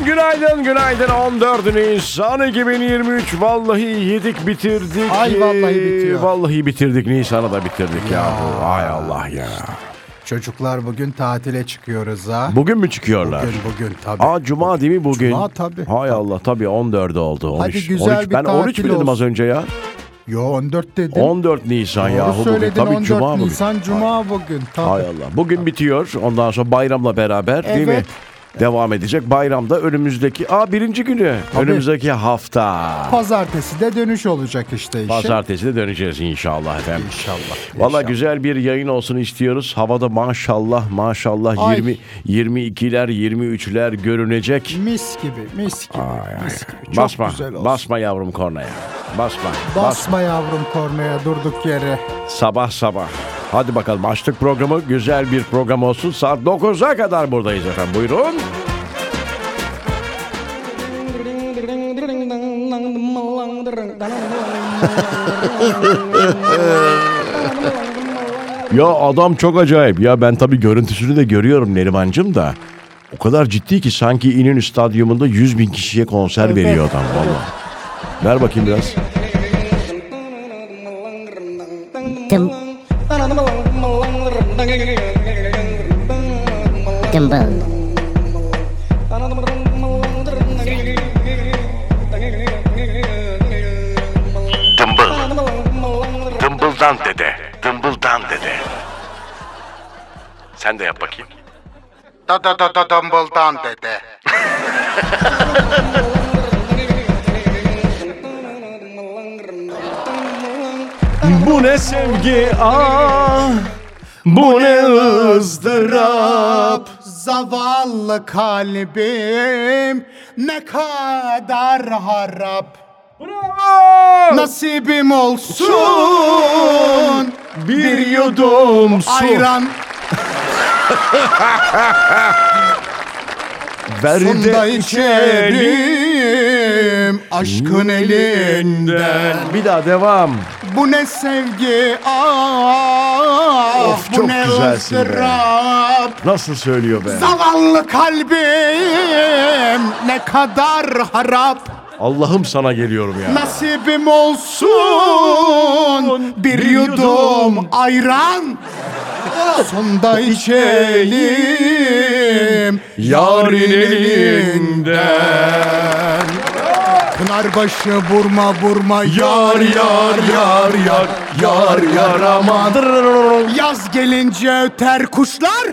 Günaydın. 14 Nisan 2023. Vallahi yedik bitirdik. Ay vallahi bitiyor. Vallahi bitirdik. Nisan'ı da bitirdik ya. Ay Allah ya. Çocuklar bugün tatile çıkıyoruz ha. Bugün mü çıkıyorlar? Bugün tabii. Cuma değil mi bugün? Cuma tabii. Hay Allah tabii 14 oldu. 13, Hadi güzel 13. bir Ben 13 tatil mi dedim olsun. az önce ya? Yo 14 dedim. 14 Nisan Doğru ya. Bugün. söyledin, Tabii 14 Cuma bugün. Nisan Cuma bugün. Tabii. Hay Allah. Bugün bitiyor. Ondan sonra bayramla beraber değil mi? Evet. Devam edecek. Bayramda önümüzdeki birinci günü. Tabii. Önümüzdeki hafta. Pazartesi de dönüş olacak işte işe. Pazartesi de döneceğiz inşallah efendim. İnşallah. Valla güzel bir yayın olsun istiyoruz. Havada maşallah Ay. 22'ler 23'ler görünecek. Mis gibi. Mis gibi. Çok Basma. güzel olsun. Basma yavrum kornaya. Basma. Basma yavrum kornaya durduk yere. Sabah. Hadi bakalım açtık programı. Güzel bir program olsun. Saat 9'a kadar buradayız efendim. Buyurun. Ya adam çok acayip. Ya ben tabii görüntüsünü de görüyorum Nerimancığım da. O kadar ciddi ki sanki İnönü Stadyumunda 100.000 kişiye konser veriyor adam valla. Ver bakayım biraz. Dumbbell. Dımbıldan dede. Sen de yap bakayım. Dumble'dan dede. Bu ne sevgi bu ne ızdırap. Zavallı kalbim ne kadar harap. Nasibim olsun Bir yudum su. ayran. Ver Sonda de içerim aşkın elinden. Bir daha devam. Bu ne sevgi Of, bu çok ne güzelsin be. ızdırap. Nasıl söylüyor be? Zavallı kalbim ne kadar harap. Allah'ım sana geliyorum ya. Nasibim olsun bir yudum ayran. Sonda içelim yarın elinden. Pınarbaşı vurma Yar aman. Yaz gelince öter kuşlar.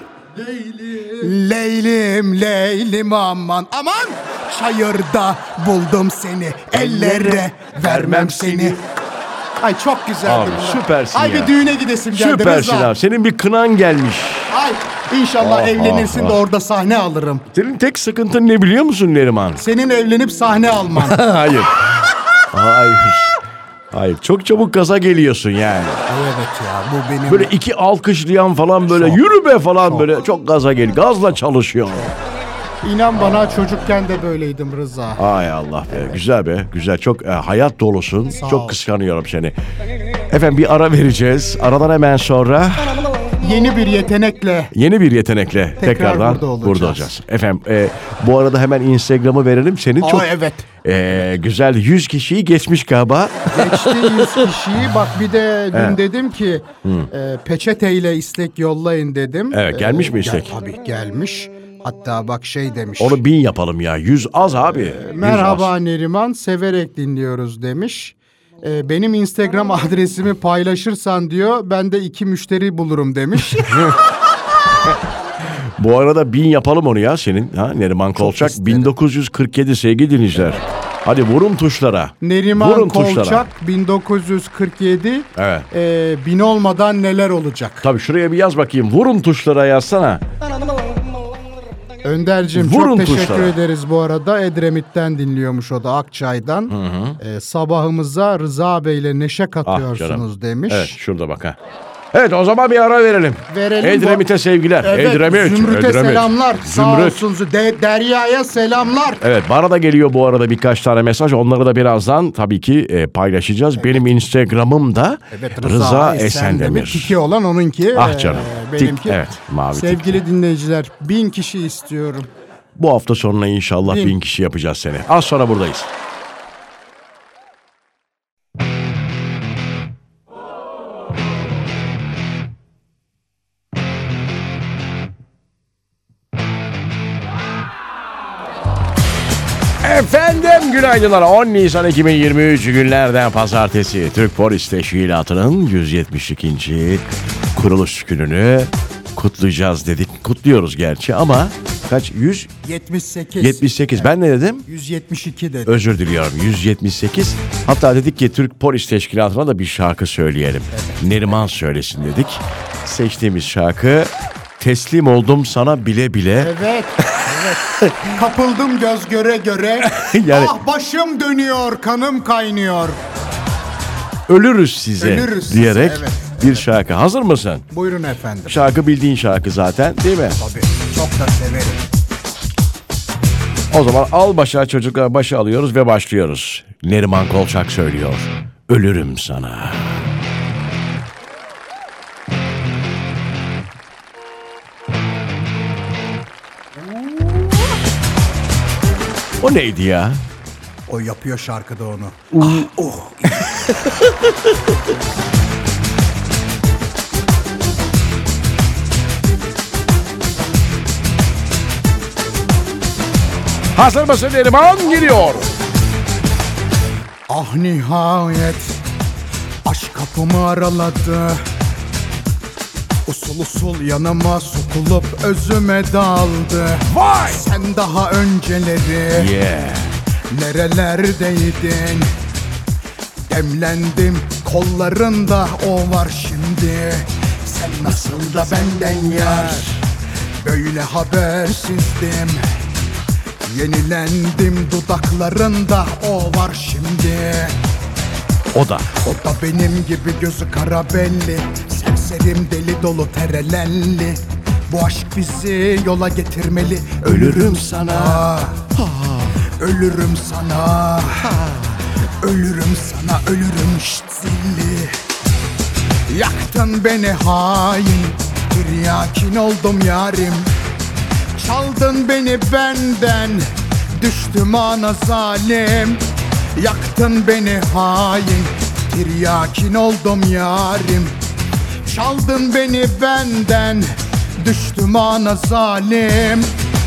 Leylim aman çayırda buldum seni, ellere vermem seni. Ay çok güzeldi Abi, bu. süpersin Ay ya. bir düğüne gidesim geldi. Süpersin Rıza. abi. Senin bir kınan gelmiş. Ay inşallah evlenirsin de orada sahne alırım. Senin tek sıkıntın ne biliyor musun Neriman? Senin evlenip sahne alman. Hayır. Hayır. Çok çabuk gaza geliyorsun yani. Evet ya bu benim. Böyle iki alkışlayan falan böyle Çok. yürü be falan böyle çok gaza gel. Gazla çalışıyor. İnan bana çocukken de böyleydim Rıza. Ay Allah be. Güzel be. Güzel. Çok hayat dolusun. Sağ Çok ol. kıskanıyorum seni. Efendim bir ara vereceğiz. Aradan hemen sonra Yeni bir yetenekle. yeni bir yetenekle tekrardan burada burada olacağız. olacağız. Efendim bu arada hemen Instagram'ı verelim. Senin çok Evet. güzel 100 kişiyi geçmiş galiba. Geçti 100 kişiyi. Bak bir de dün dedim ki peçeteyle istek yollayın dedim. Evet, gelmiş mi istek? Tabii gelmiş. Hatta bak şey demiş. Onu 1000 yapalım ya. 100 az abi. 100 Merhaba az. Neriman, severek dinliyoruz demiş. Benim Instagram adresimi paylaşırsan diyor, ben de 2 müşteri bulurum demiş. Bu arada 1000 yapalım onu ya senin. Neriman Kolçak isterim. 1947 sevgili dinleyiciler. Hadi vurun tuşlara. Neriman Vurun tuşlara. Kolçak 1947. Evet. 1000 olmadan neler olacak? Tabii şuraya bir yaz bakayım. Vurun tuşlara yazsana. Önder'cim Vurun çok teşekkür tuşlara. ederiz bu arada. Edremit'ten dinliyormuş o da, Akçay'dan. Sabahımıza Rıza Bey'le neşe katıyorsunuz demiş. Evet şurada bak ha. Evet o zaman bir ara verelim. Verelim. Edremit'e sevgiler. Evet, Edremit. Zümrüt'e Edremit. selamlar. Sağ Zümrüt. olsun. Derya'ya selamlar. Evet bana da geliyor bu arada birkaç tane mesaj. Onları da birazdan tabii ki paylaşacağız. Evet. Benim Instagram'ım da Rıza Esendemir. Tiki olan onunki. Ah canım. Benimki. Evet mavi Sevgili dinleyiciler 1000 kişi istiyorum. Bu hafta sonuna inşallah 1000 kişi yapacağız seni. Az sonra buradayız. Efendim günaydınlar. 10 Nisan 2023 günlerden pazartesi. Türk Polis Teşkilatı'nın 172. kuruluş gününü kutlayacağız dedik. Kutluyoruz gerçi ama kaç? 78. 78. Ben ne dedim? 172 dedim. Özür diliyorum. 178. Hatta dedik ki Türk Polis Teşkilatı'na da bir şarkı söyleyelim. Neriman söylesin dedik. Seçtiğimiz şarkı Teslim Oldum Sana Bile Bile. Evet. Evet. Kapıldım göz göre göre. Yani- Ah başım dönüyor, kanım kaynıyor. Ölürüz size Ölürüz size, diyerek evet. bir şarkı. Hazır mısın? Buyurun efendim. Şarkı bildiğin şarkı zaten değil mi? Tabii. Çok da severim. O zaman al başa çocuklar başa alıyoruz ve başlıyoruz. Neriman Kolçak söylüyor. Ölürüm sana. O neydi ya? O yapıyor şarkıda onu. Hazır mısın Neriman? Geliyor. Ah nihayet aşk kapımı araladı. Usul usul yanıma sokulup özüme daldı. Vay! Sen daha önceleri Yeah. nerelerdeydin? Demlendim kollarında, o var şimdi. Sen nasıl da benden yar, böyle habersizdim. Yenilendim dudaklarında, o var şimdi. O da. O da benim gibi gözü kara belli, serserim deli dolu terelelli. Bu aşk bizi yola getirmeli. Ölürüm sana, ölürüm sana, ölürüm sana, ölürüm şşt zilli. Yaktın beni hain, tiryakin oldum yarim. Çaldın beni benden, düştüm ana zalim. Yaktın beni hain, tiryakin oldum yarim. Çaldın beni benden, düştüm ana zalim.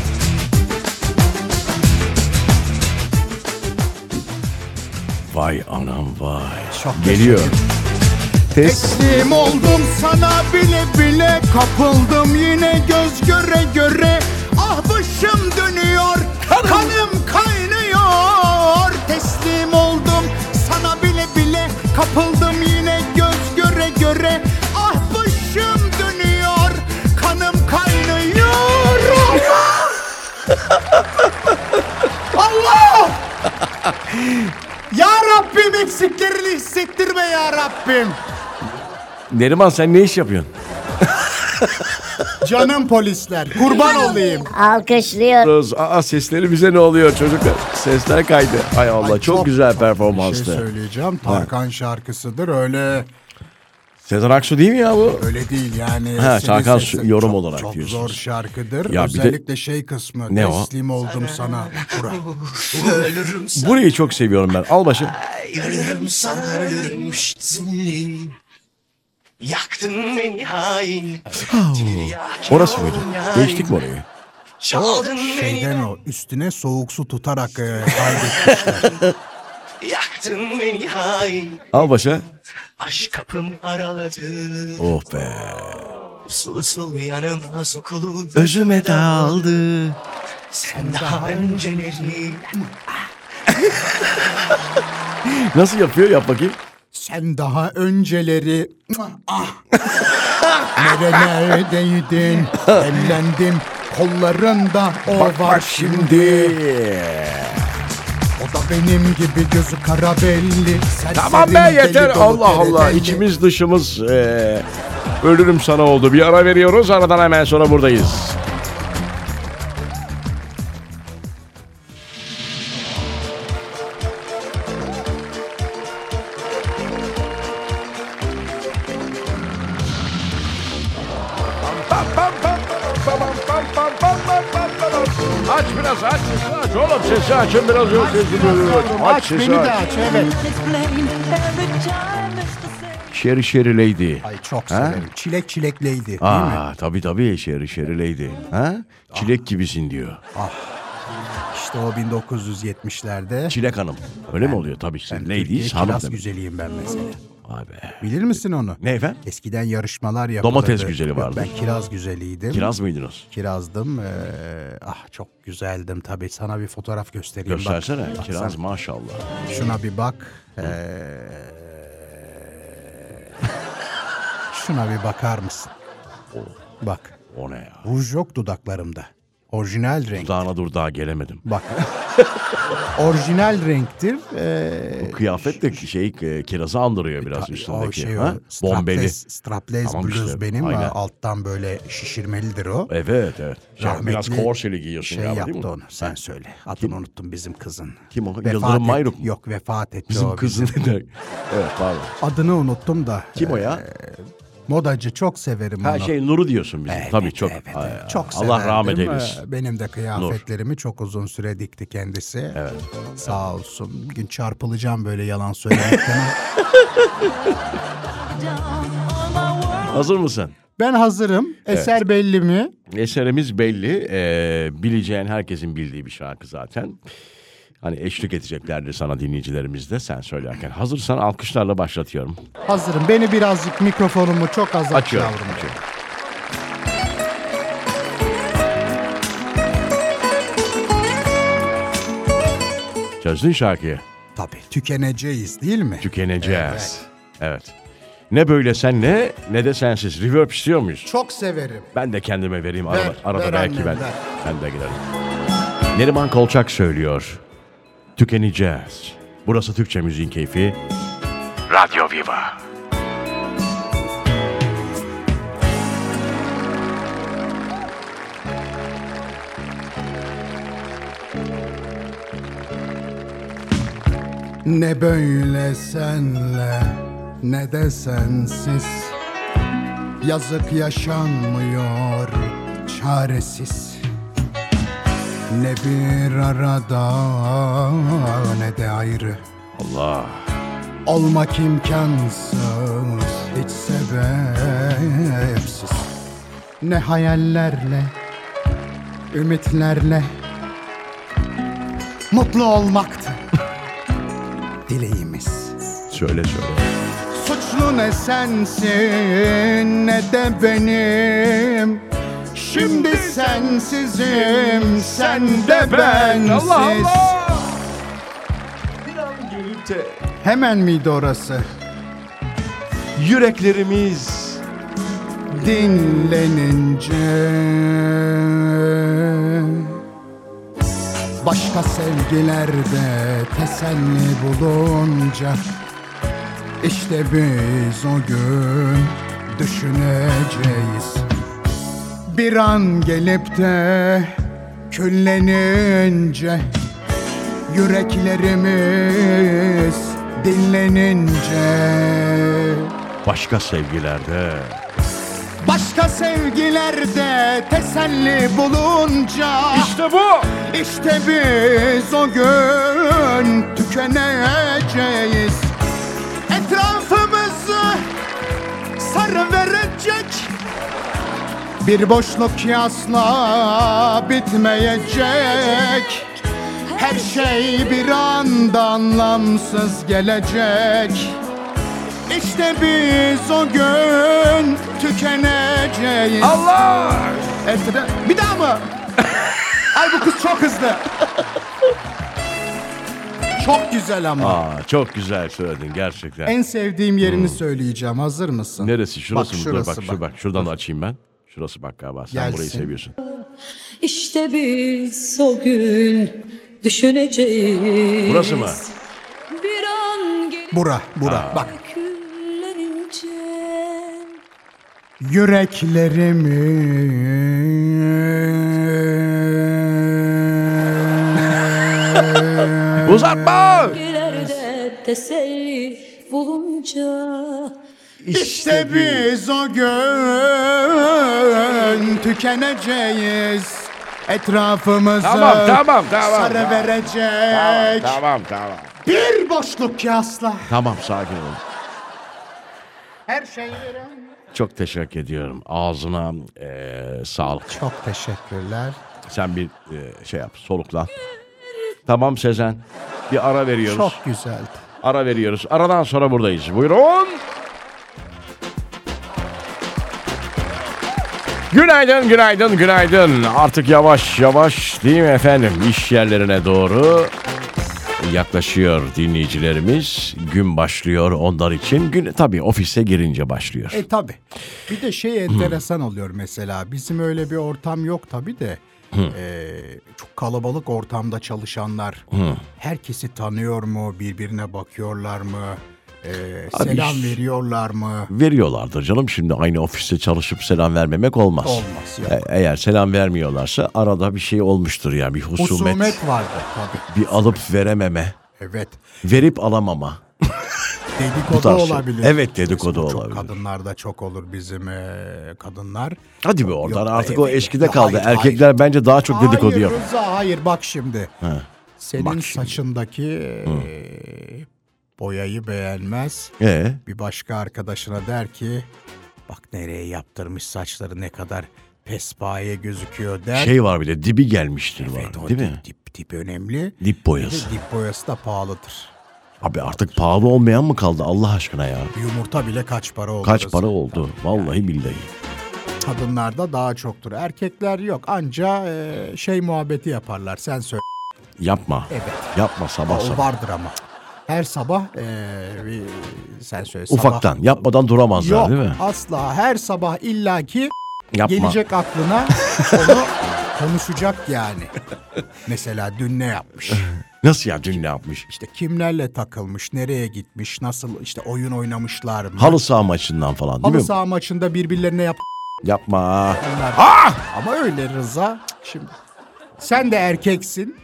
Vay anam vay. Çok Geliyor. Teslim oldum sana bile bile, kapıldım yine göz göre göre. Ah başım dönüyor, kanım kaynıyor. Teslim oldum sana bile bile, kapıldım yine göz göre göre. Ah başım dönüyor, kanım kaynıyor. Allah! Ya Rabbim eksiklerini hissettirme ya Rabbim. Neriman sen ne iş yapıyorsun? Canım polisler, kurban olayım. Alkışlıyor. Aa sesleri bize ne oluyor çocuklar? Sesler kaydı. Ay Allah Ay, çok güzel Bir performanstı. şey söyleyeceğim. Tarkan şarkısıdır, öyle Sezen Aksu değil mi ya bu? öyle değil yani. Ha, Senin Tarkan sesin yorum çok, olarak çok diyorsunuz. zor şarkıdır. Ya bir de- özellikle şey kısmı. Ne o? Teslim oldum sana. Bura. Burayı çok seviyorum ben. Al başı. Ölürüm sana ölürüm zilli. Yaktın beni hain. Orası mıydı? Değiştik mi orayı? Çaldın beni. Şeyden o üstüne soğuk su tutarak kaydetmişler. Yaktın beni hain. Al başa. Aşk kapım araladı. Oh be. Usul usul yanıma sokuldu. Özüme daldı. Sen daha önceleri. Nasıl yapıyor? Yap bakayım. Sen daha önceleri ah, nerelerdeydin? Ellendim kollarında, o var şimdi. O da benim gibi gözü kara belli. Tamam be Serserim yeter. deli dolu Allah Allah. terelelli. İçimiz dışımız ölürüm sana oldu. Bir ara veriyoruz. Aradan hemen sonra buradayız. Aç biraz aç sesi aç. Oğlum sesi açın biraz. Sesi duyuyor. Aç beni de aç. Evet. Şeri Şeri Lady. Ay çok severim. Çilek çilek lady değil mi? Tabii Şeri Şeri Lady. Ha? Çilek gibisin diyor. İşte o 1970'lerde. Çilek Hanım. Öyle mi oluyor? Tabii sen Türkiye ladies hanım kiraz demek. güzeliyim ben mesela. Vay be. Bilir misin onu? Ne efendim? Eskiden yarışmalar yapılırdı. Domates güzeli Yok, vardı. ben kiraz güzeliydim. Kiraz mıydınız? Kirazdım. Çok güzeldim tabii. Sana bir fotoğraf göstereyim. Göstersene. Bak, Kiraz sen maşallah. şuna bir bak. Şuna bir bakar mısın? Bak. O ne ya? Ruj yok dudaklarımda. Orijinal renk. Dudağına dur daha gelemedim. Bak. Orijinal renktir. Bu kıyafet de kirazı andırıyor biraz üstündeki. O şey ha? o. Bombeli. Strapless Tamam bluz işte, benim. aynen. Alttan böyle şişirmelidir o. Evet. Biraz Rahmetli korseli giyiyorsun şey galiba değil yaptı mi? onu. Sen söyle. Adını unuttum bizim kızın. Kim o? Vefat Yıldırım etti. Mayruk mu? Yok vefat etti Bizim o. kızın. Evet pardon. Adını unuttum da. Kim o ya? Modacı çok severim Her onu. şey Nur'u diyorsun bizim. Evet, Tabii çok. evet, Ay, evet. Çok Allah rahmet severdim. eylesin. Benim de kıyafetlerimi çok uzun süre dikti kendisi. Evet. Sağ olsun. Bir gün çarpılacağım böyle yalan söylemekten. Hazır mısın? Ben hazırım. Eser belli mi? Eserimiz belli. Bileceğin herkesin bildiği bir şarkı zaten. Hani eşlik edeceklerdir sana dinleyicilerimiz de sen söylerken. Hazırsan alkışlarla başlatıyorum. Hazırım. Beni birazcık mikrofonumu çok az aç Açıyorum. yavrum. açıyorum. Çözdün şarkıyı. Tabii. Tükeneceğiz değil mi? Tükeneceğiz. Evet. Ne böyle senle ne de sensiz. Reverb istiyor muyuz? Çok severim. Ben de kendime vereyim Ver, arada ver belki annem, ben. ver. Ben de giderim. Neriman Kolçak söylüyor. Tükeneceğiz. Burası Türkçe Müziğin Keyfi. Radyo Viva. Ne böyle senle ne de sensiz. Yazık yaşanmıyor çaresiz. Ne bir arada ne de ayrı. Allah. Olmak imkansız hiç sebepsiz. Ne hayallerle, ümitlerle mutlu olmaktı dileğimiz. Söyle. Suçlu ne sensin ne de benim. Şimdi sensizim, sen de bensiz. Allah! Bir an gelip de Hemen miydi orası? yüreklerimiz Dinlenince başka sevgilerde teselli bulunca işte biz o gün düşüneceğiz. Bir an gelip de küllenince yüreklerimiz dinlenince başka sevgilerde. başka sevgilerde teselli bulunca İşte bu. İşte biz o gün tükeneceğiz. Etrafımızı sarıverecek bir boşluk ki asla bitmeyecek. Her şey bir anda anlamsız gelecek. İşte biz o gün tükeneceğiz. Allah! Bir daha mı? Ay bu kız çok hızlı. Çok güzel ama. Çok güzel söyledin gerçekten. En sevdiğim yerini söyleyeceğim. Hazır mısın? Neresi? Şurası mı? Dur şurası bak, bak. Şuradan da açayım ben. Şurası bak galiba. Sen Gelsin. burayı seviyorsun. İşte biz o gün düşüneceğiz. Burası mı? Bir an gelip Bura. Bak. küllenince Yüreklerimi Uzatma! gelerde teselli bulunca İşte biz o gün tükeneceğiz. etrafımızı Tamam. sarı verecek. Tamam. Bir boşluk ki asla. Tamam, sakin ol. Her şey Çok teşekkür ediyorum. Ağzına sağlık. Çok teşekkürler. Sen bir şey yap, soluklan. Tamam Sezen. Bir ara veriyoruz. Çok güzeldi. Ara veriyoruz. Aradan sonra buradayız. Buyurun. Günaydın. Artık yavaş değil mi efendim? İş yerlerine doğru yaklaşıyor dinleyicilerimiz. Gün başlıyor onlar için. Gün tabii ofise girince başlıyor. Tabii. Bir de enteresan oluyor mesela. Bizim öyle bir ortam yok tabii de. Çok kalabalık ortamda çalışanlar herkesi tanıyor mu? Birbirine bakıyorlar mı? Selam veriyorlar mı? Veriyorlardır canım, şimdi aynı ofiste çalışıp selam vermemek olmaz. Olmaz. Yok. Eğer selam vermiyorlarsa arada bir şey olmuştur yani, bir Husumet vardı tabii. bir alıp verememe, Evet. verip alamama. Dedikodu olabilir. Evet, dedikodu Çok olabilir. kadınlarda çok olur bizim kadınlar. Hadi be oradan, Yok, artık o evet. eskide Ya kaldı. hayır, Erkekler bence daha çok dedikodu Hayır yapıyor. Rıza, hayır bak şimdi. Senin bak şimdi. saçındaki boyayı beğenmez. Bir başka arkadaşına der ki bak nereye yaptırmış saçları, ne kadar pespaye gözüküyor der. Şey var, bir de dibi gelmiştir Evet, var, o değil mi? Dip önemli. Dip boyası. Bir de dip boyası da pahalıdır. Abi artık pahalı olmayan mı kaldı Allah aşkına ya? Yumurta bile kaç para oldu? Kaç para oldu? Vallahi billahi. Kadınlarda daha çoktur. Erkekler yok. Anca muhabbeti yaparlar. Sen söyle. Yapma. Evet. Yapma sabah O sabah. vardır ama. Her sabah sen söyle. Ufaktan. Sabah, Yapmadan duramazlar yok, değil mi? asla. Her sabah illaki Yapma. gelecek aklına, onu konuşacak yani. Mesela dün ne yapmış? Nasıl ya, dün ne yapmış? İşte kimlerle takılmış, nereye gitmiş, nasıl işte oyun oynamışlar mı? Halı saha maçından falan değil Halı mi? saha maçında birbirlerine Yapma. onlar. Ama öyle Rıza. Şimdi sen de erkeksin.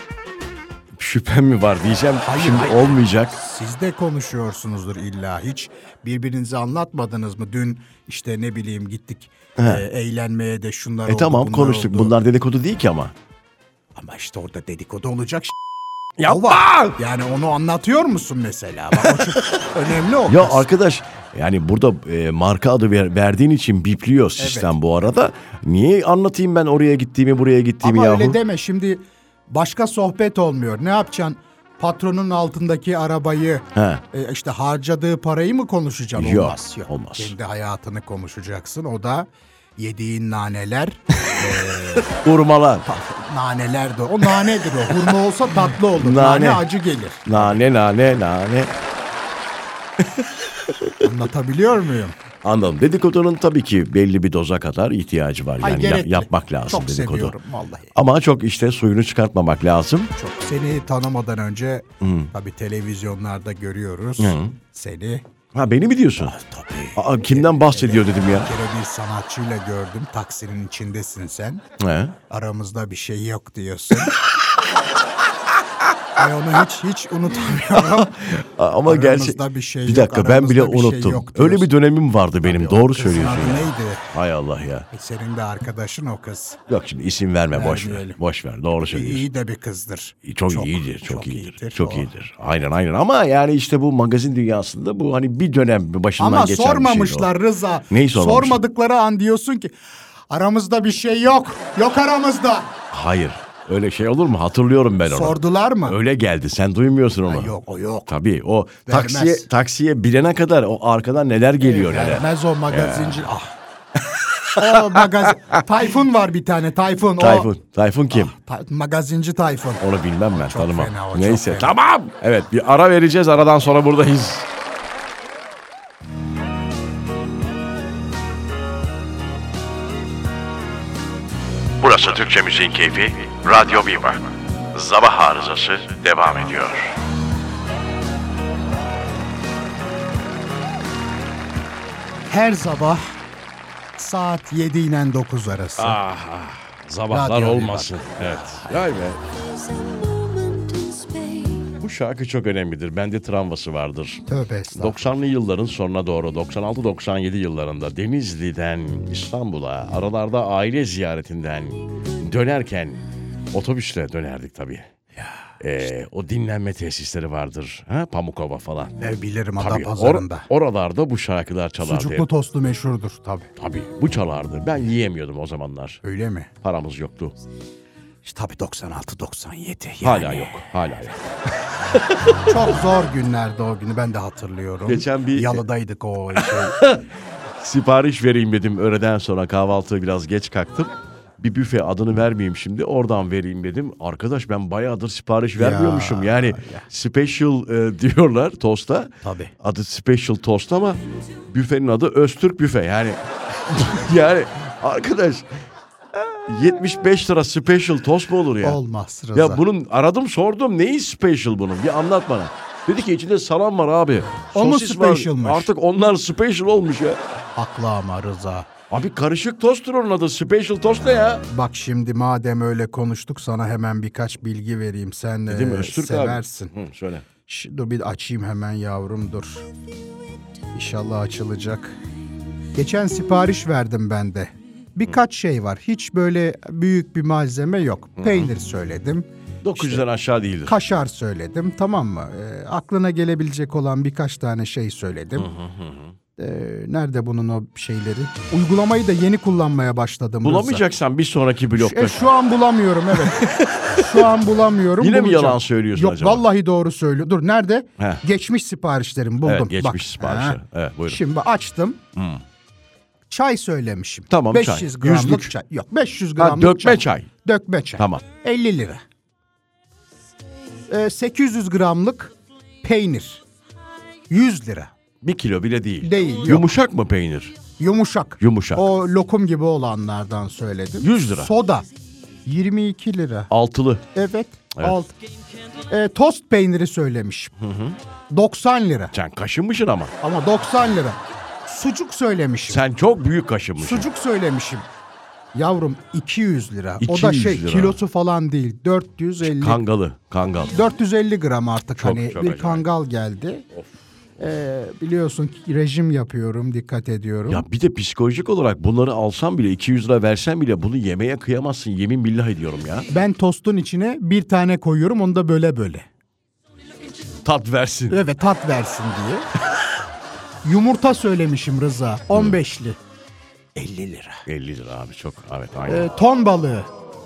Şüphem mi var diyeceğim. Hayır, Şimdi hayır. olmayacak. Siz de konuşuyorsunuzdur illa. Hiç birbirinize anlatmadınız mı? Dün işte ne bileyim gittik eğlenmeye de şunlar oldu, Tamam, bunlar konuştuk. oldu. Bunlar dedikodu değil ki ama. Ama işte orada dedikodu olacak. Yapma. Yani onu anlatıyor musun mesela? Bak, o çok önemli o. Ya kız. arkadaş, yani burada marka adı verdiğin için bipliyor sistem bu arada. Niye anlatayım ben oraya gittiğimi, buraya gittiğimi Ama yahu? öyle deme şimdi, başka sohbet olmuyor. Ne yapacaksın? Patronun altındaki arabayı, işte harcadığı parayı mı konuşacaksın? Yok, Olmaz. olmaz. Kendi hayatını konuşacaksın. O da yediğin naneler. Urmalar. Naneler de. O nanedir o. Hurma olsa tatlı olur. Nane. Nane acı gelir. Nane. Anlatabiliyor muyum? Anladım. Dedikodunun tabii ki belli bir doza kadar ihtiyacı var. Ay, Yani gerekli. yapmak lazım Çok dedikodu. seviyorum vallahi. Ama çok işte suyunu çıkartmamak lazım. Çok. Seni tanımadan önce tabii televizyonlarda görüyoruz. Seni. Ha, beni mi diyorsun? Tabii. Kimden bahsediyor dedim ya. Bir kere bir sanatçıyla gördüm. Taksinin içindesin sen. He. Aramızda bir şey yok diyorsun. Ay, onu hiç unutamıyorum. Ama Aramızda bir şey bir yok, dakika, ben bile aramızda bir şey unuttum. yok Öyle diyorsun. bir dönemim vardı benim. Tabii, o Doğru kızın söylüyorsun adı ya. neydi? Hay Allah ya. Senin de arkadaşın o kız. Yok şimdi isim verme, boş ver. Vermeyelim. Boş ver. Doğru söylüyorsun. İyi de bir kızdır. Çok iyidir, çok iyidir. Çok o. iyidir. Aynen. Ama yani işte bu magazin dünyasında bu hani bir dönem başından Ama geçen bir şey. sormamışlar Rıza. Neyi sormamışlar? Sormadıkları an diyorsun ki aramızda bir şey yok. Yok aramızda. Hayır. Öyle şey olur mu? Hatırlıyorum ben onu. Sordular mı? Öyle geldi. Sen duymuyorsun onu. Yok, o yok. Tabii o Vermez. taksiye binene kadar o arkadan neler geliyor neler. Vermez o magazinci. O magazin. Tayfun var bir tane. Tayfun. Tayfun kim? Magazinci Tayfun. Onu bilmem ben, Çok tanımam. fena o, çok Neyse fena. tamam. Evet, bir ara vereceğiz. Aradan sonra buradayız. Burası Türkçe Müziğin Keyfi, Radyo Viva. Sabah arızası devam ediyor. Her sabah saat 7 ile 9 arası. Sabahlar Radyo olmasın. Evet. Vay be. There's a moment in space. Bu şarkı çok önemlidir. Bende travması vardır. Tövbe estağfurullah. 90'lı yılların sonuna doğru 96-97 yıllarında Denizli'den İstanbul'a, aralarda aile ziyaretinden dönerken otobüsle dönerdik tabii. O dinlenme tesisleri vardır. Ha? Pamukova falan. Bilirim Tabii, Adapazarı'nda. oralarda bu şarkılar çalardı. Sucuklu tostu meşhurdur tabii. Tabii bu çalardı. Ben yiyemiyordum o zamanlar. Öyle mi? Paramız yoktu. İşte tabii 96-97. Hala yok. Hala yok. Çok zor günlerdi o günü, ben de hatırlıyorum. Geçen bir- Yalıdaydık o şey. Sipariş vereyim dedim. Öğleden sonra kahvaltı biraz geç kalktım. Bir büfe, adını vermeyeyim şimdi, oradan vereyim dedim. Arkadaş ben bayağıdır sipariş vermiyormuşum. Yani special diyorlar tosta. Tabii. Adı special tost ama büfenin adı Öztürk büfe. Yani yani arkadaş 75 lira special tost mu olur ya? Olmaz Rıza. Ya bunun aradım sordum, neyi special bunun? Bir anlat bana. Dedi ki içinde salam var abi. O mu Sosis var. special'mış? Artık onlar special olmuş ya. Haklı ama Rıza. Abi karışık tosttur onun adı. Special tost ne ya? Bak şimdi madem öyle konuştuk, sana hemen birkaç bilgi vereyim. Sen Değil mi Öztürk seversin. abi? Hı, söyle. Dur bir açayım hemen yavrum, dur. İnşallah açılacak. Geçen sipariş verdim ben de. Birkaç şey var. Hiç böyle büyük bir malzeme yok. Peynir söyledim. 900'den aşağı değildir. Kaşar söyledim, tamam mı? Aklına gelebilecek olan birkaç tane şey söyledim. Nerede bunun o şeyleri? Uygulamayı da yeni kullanmaya başladım. Bulamayacaksan bir sonraki blokta. Şu an bulamıyorum, evet. Şu an bulamıyorum. Yine mi bulacağım. yalan söylüyorsun Yok, acaba? vallahi doğru söylüyor. Dur, nerede? Heh. Geçmiş siparişlerim buldum. Evet, geçmiş Bak. siparişler. Evet, buyurun. Şimdi açtım. Çay söylemişim. Tamam, 500 çay. gramlık Yüzlük. çay. Yok, 500 Ha, gramlık dökme çay. Dökme çay. Tamam. 50 lira. 800 gramlık peynir. 100 lira. 1 kilo bile değil. Değil, yok. Yumuşak mı peynir? Yumuşak. Yumuşak. O lokum gibi olanlardan söyledim. 100 lira. Soda. 22 lira. Altılı. Evet. Evet. Tost peyniri söylemişim. 90 lira. Sen kaşınmışsın ama. Ama 90 lira. Sucuk söylemişim. Sen çok büyük kaşınmışsın. Sucuk söylemişim. Yavrum 200 lira. O 200 da şey lira. kilosu falan değil. 450. Kangal. 450 gram artık, Çok, hani çok bir acayip. kangal geldi. Biliyorsun ki rejim yapıyorum, dikkat ediyorum. Ya bir de psikolojik olarak bunları alsam bile, 200 lira versen bile bunu yemeye kıyamazsın. Yemin billah ediyorum ya. Ben tostun içine bir tane koyuyorum, onu da böyle böyle. Tat versin. Evet, tat versin diye. Yumurta söylemişim Rıza. 15'li. 50 lira. 50 lira abi, çok. Evet, aynen. Ton balığı.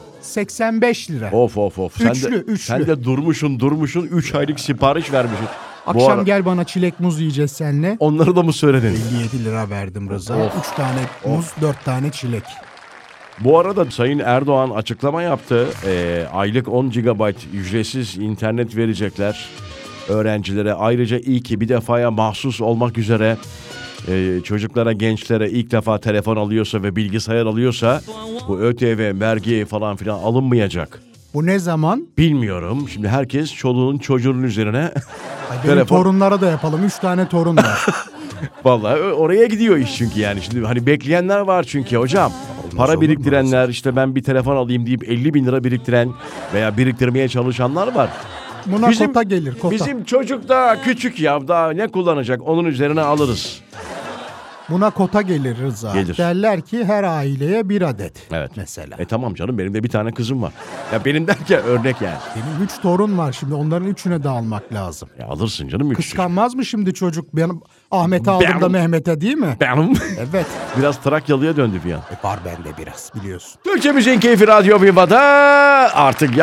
85 lira. Of. Üçlü. Sen de durmuşsun 3 aylık sipariş vermişsin. Bu Akşam ara- gel bana çilek muz yiyeceğiz seninle. Onları da mı söyledin? 57 lira verdim Rıza. 3 tane muz, 4 tane çilek. Bu arada Sayın Erdoğan açıklama yaptı. Aylık 10 GB ücretsiz internet verecekler öğrencilere. Ayrıca iyi ki bir defaya mahsus olmak üzere çocuklara, gençlere ilk defa telefon alıyorsa ve bilgisayar alıyorsa bu ÖTV, vergi falan filan alınmayacak. Bu ne zaman? Bilmiyorum. Şimdi herkes çoluğunun çocuğunun üzerine Ay, benim telefon. torunlara da yapalım. 3 tane torun var. Vallahi oraya gidiyor iş çünkü yani. Şimdi hani bekleyenler var çünkü hocam. Para olur mu? biriktirenler, işte ben bir telefon alayım deyip 50 bin lira biriktiren veya biriktirmeye çalışanlar var. Buna kota gelir, kota. Bizim çocuk daha küçük ya, daha ne kullanacak, onun üzerine alırız. Buna kota gelir Rıza. Gelir. Derler ki her aileye bir adet. Evet. Mesela. Tamam canım, benim de bir tane kızım var. Ya benim derken örnek yani. Benim 3 torun var şimdi, onların 3'üne de almak lazım. Ya alırsın canım. Kıskanmaz mı şimdi çocuk? Benim Ahmet'e aldım da Mehmet'e, değil mi? Benim. Evet. Biraz Trakyalı'ya döndü bir an. Var bende biraz, biliyorsun. Türkçe Müziğin Keyfi Radyo Viva'da artık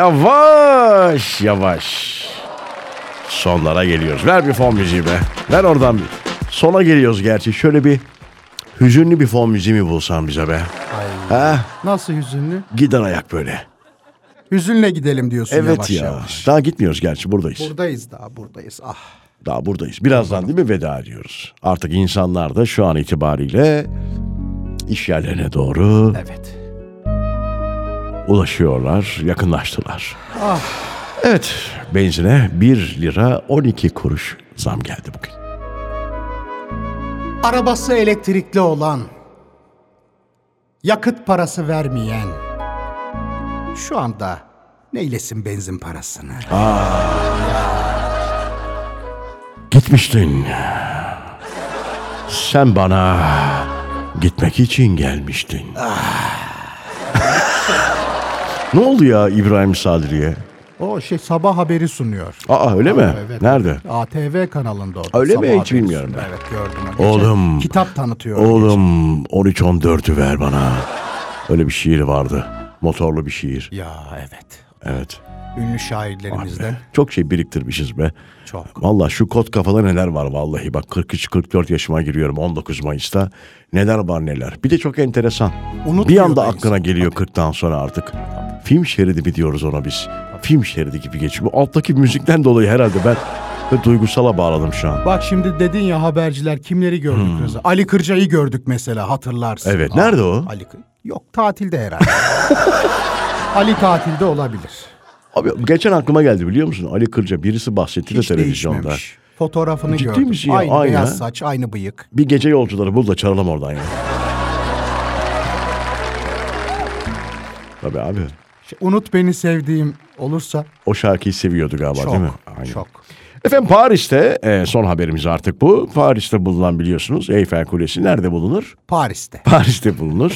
yavaş sonlara geliyoruz. Ver bir fon müziği be. Ver oradan bir. Sona geliyoruz gerçi. Şöyle bir hüzünlü bir fon müziği mi bulsan bize be? Ha? Nasıl hüzünlü? Gider ayak böyle. Hüzünle gidelim diyorsun, Evet yavaş ya. yavaş. Daha gitmiyoruz gerçi, buradayız. Buradayız, daha buradayız. Ah. Daha buradayız. Birazdan değil mi veda ediyoruz. Artık insanlar da şu an itibariyle iş yerlerine doğru Evet. ulaşıyorlar, yakınlaştılar. Ah. Evet, benzine 1 lira 12 kuruş zam geldi bugün. Arabası elektrikli olan, yakıt parası vermeyen, şu anda neylesin benzin parasını? Gitmiştin. Sen bana gitmek için gelmiştin. Ne oldu ya İbrahim Sadri'ye? O sabah haberi sunuyor. Aa öyle mi? Evet. Nerede? ATV kanalında o. Öyle mi? Sabah Hiç haberi bilmiyorum sunuyor. ben. Evet gördüm. Geçen Oğlum. kitap tanıtıyor. Oğlum 13-14'ü ver bana. Öyle bir şiir vardı. Motorlu bir şiir. Ya evet. Evet. Ünlü şairlerimizden. Çok şey biriktirmişiz be. Çok. Vallahi şu kot kafada neler var vallahi. Bak 43-44 yaşıma giriyorum 19 Mayıs'ta. Neler var neler. Bir de çok enteresan. Unutmuyor Bir anda da aklına insan. geliyor 40'tan sonra artık. Film şeridi mi diyoruz ona biz. Film şeridi gibi geçiyor. Bu alttaki müzikten dolayı herhalde ben ve duygusala bağladım şu an. Bak şimdi dedin ya haberciler kimleri gördük Rıza? Ali Kırca'yı gördük mesela hatırlarsın. Evet, nerede o? Yok tatilde herhalde. Ali tatilde olabilir. Abi geçen aklıma geldi biliyor musun? Ali Kırca birisi bahsetti de Hiç televizyonda. değişmemiş. Fotoğrafını Ciddi gördüm. misin ya? Aynı Aynı beyaz ha? saç, aynı bıyık. Bir gece yolcuları bul da çağıralım oradan ya. Tabii abi. Unut beni sevdiğim olursa O şarkıyı seviyordu galiba çok, değil mi? Aynen. çok. Efendim Paris'te son haberimiz artık bu. Paris'te bulunan biliyorsunuz Eyfel Kulesi nerede bulunur? Paris'te. Paris'te bulunur.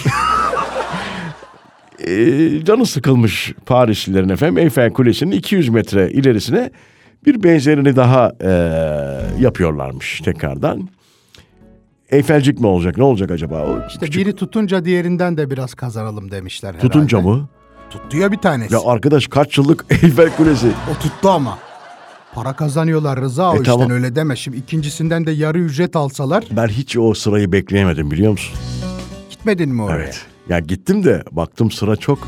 Canı sıkılmış Parislilerin efendim Eyfel Kulesi'nin 200 metre ilerisine bir benzerini daha yapıyorlarmış tekrardan. Eyfelcik mi olacak? Ne olacak acaba? O İşte küçük- biri tutunca diğerinden de biraz kazanalım demişler herhalde. tutunca mı? Tutuyor bir tanesi. Ya arkadaş kaç yıllık Eyfel Kulesi? O tuttu ama. Para kazanıyorlar Rıza o işten tamam. öyle deme. Şimdi ikincisinden de yarı ücret alsalar Ben hiç o sırayı bekleyemedim biliyor musun? gitmedin mi oraya? Evet. Ya gittim de baktım sıra çok.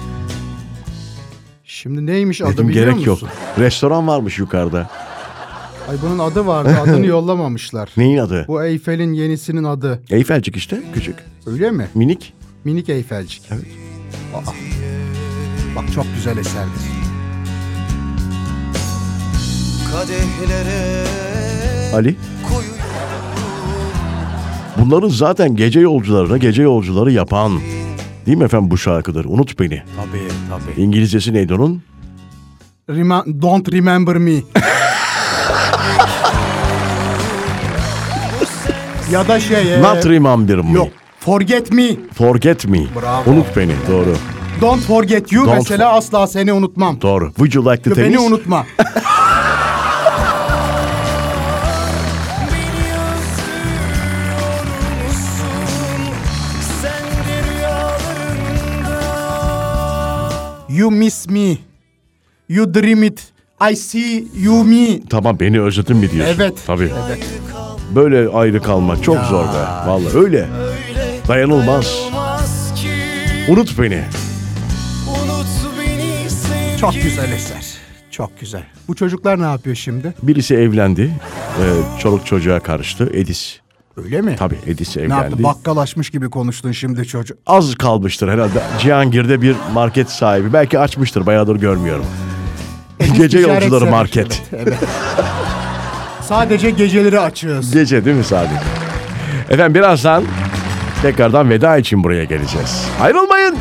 Şimdi neymiş adı Dedim biliyor gerek yok. musun? Restoran varmış yukarıda. Ay bunun adı vardı adını yollamamışlar. Neyin adı? Bu Eyfel'in yenisinin adı. Eyfelcik işte küçük. Öyle mi? Minik. Minik Eyfelcik. Evet. Aa. Bak çok güzel eserdir. Kadehlere Ali. koyu Bunların zaten gece yolcuları yapan değil mi efendim bu şarkıdır. Unut beni. Tabii. İngilizcesi neydi onun? Don't remember me. Ya da Not remember me. yok. Forget me. Forget me. Bravo. Unut beni. Doğru. Don't forget you Don't mesela asla seni unutmam. Doğru. Would you like to Beni tennis? unutma. You miss me. You dream it. I see you me. Tamam beni özledin mi diyorsun? Evet. Tabii. Evet. Böyle ayrı kalmak çok zor be. Vallahi öyle. Dayanılmaz. olmaz ki. Unut beni. Unut beni sevgilim. Çok güzel eser. Çok güzel. Bu çocuklar ne yapıyor şimdi? Birisi evlendi. Çoluk çocuğa karıştı. Edis. Öyle mi? Tabii Edis Ne evlendi. yaptı? Bakkalaşmış gibi konuştun şimdi çocuk. Az kalmıştır herhalde. Cihangir'de bir market sahibi. Belki açmıştır. Bayağıdır görmüyorum. Gece Ticaret yolcuları sever. market. Evet. Sadece geceleri açığız. Gece değil mi Sadık? Efendim birazdan tekrardan veda için buraya geleceğiz. Ayrılmayın.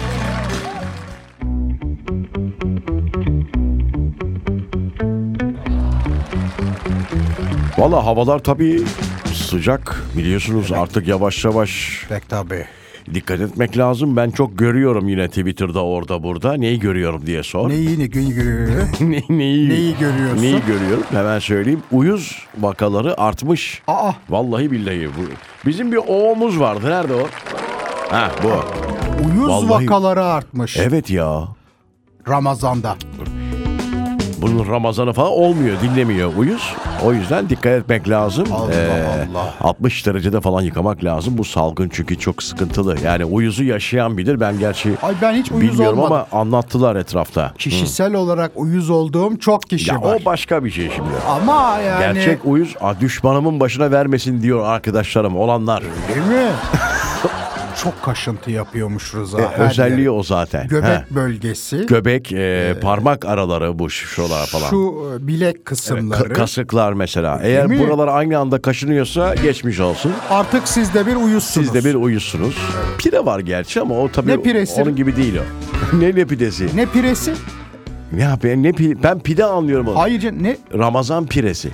Valla havalar tabii sıcak biliyorsunuz artık yavaş yavaş Pek tabii. dikkat etmek lazım. Ben çok görüyorum yine Twitter'da orada burada. Neyi görüyorum diye sor. Neyi görüyor? Neyi görüyorsun? Neyi görüyorum? Hemen söyleyeyim. Uyuz vakaları artmış. Aa. Vallahi billahi. Bizim bir oğumuz vardı. Nerede o? Ha bu. Uyuz Vallahi- vakaları artmış. Evet ya. Ramazan'da. Bunun Ramazanı falan olmuyor, dinlemiyor uyuz. O yüzden dikkat etmek lazım. Allah. 60 derecede falan yıkamak lazım. Bu salgın çünkü çok sıkıntılı. Yani uyuzu yaşayan bilir. Ben gerçi Ay ben hiç uyuz bilmiyorum olmadım. ama anlattılar etrafta. Kişisel olarak uyuz olduğum çok kişi Ya var. o başka bir şey şimdi. Ama yani... Gerçek uyuz düşmanımın başına vermesin diyor arkadaşlarım olanlar. Değil mi? Çok kaşıntı yapıyormuş Rıza. her Özelliği yere. o zaten. Göbek He. bölgesi. Göbek, parmak araları bu şuralar falan. Şu bilek kısımları. Kasıklar mesela. Eğer mi? buralar aynı anda kaşınıyorsa geçmiş olsun. Artık siz de bir uyuzsunuz. Siz de bir uyuzsunuz. Pire var gerçi ama o tabii Ne piresi? onun gibi değil o. ne pidesi? Ne piresi? Ya ben pide anlıyorum onu. Hayır canım, ne? Ramazan piresi.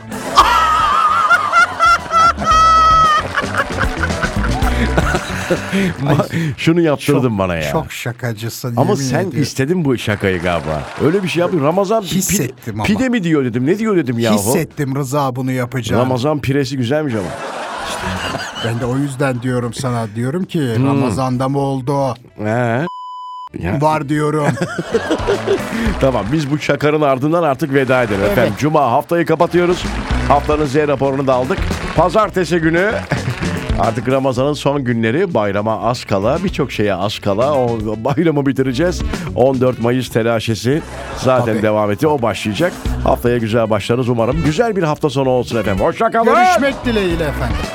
Şunu yaptırdın bana ya. Çok şakacısın. Ama yemin sen ediyorum. istedin bu şakayı galiba. Öyle bir şey yaptın. Ramazan Hissettim ama. pide mi diyor dedim. Ne diyor dedim yahu. Hissettim Rıza bunu yapacağını. Ramazan piresi güzelmiş ama. Ben de o yüzden diyorum sana. Diyorum ki Hmm. Ramazan'da mı oldu? He. Ya, Var diyorum. tamam biz bu şakanın ardından artık veda edelim efendim. Cuma haftayı kapatıyoruz. Haftanın Z raporunu da aldık. Pazartesi günü artık Ramazan'ın son günleri, bayrama az kala, birçok şeye az kala o bayramı bitireceğiz. 14 Mayıs telaşesi zaten Tabii. devam etti. O başlayacak. Haftaya güzel başlarız umarım. Güzel bir hafta sonu olsun efendim. Hoşça kalın. Görüşmek dileğiyle efendim.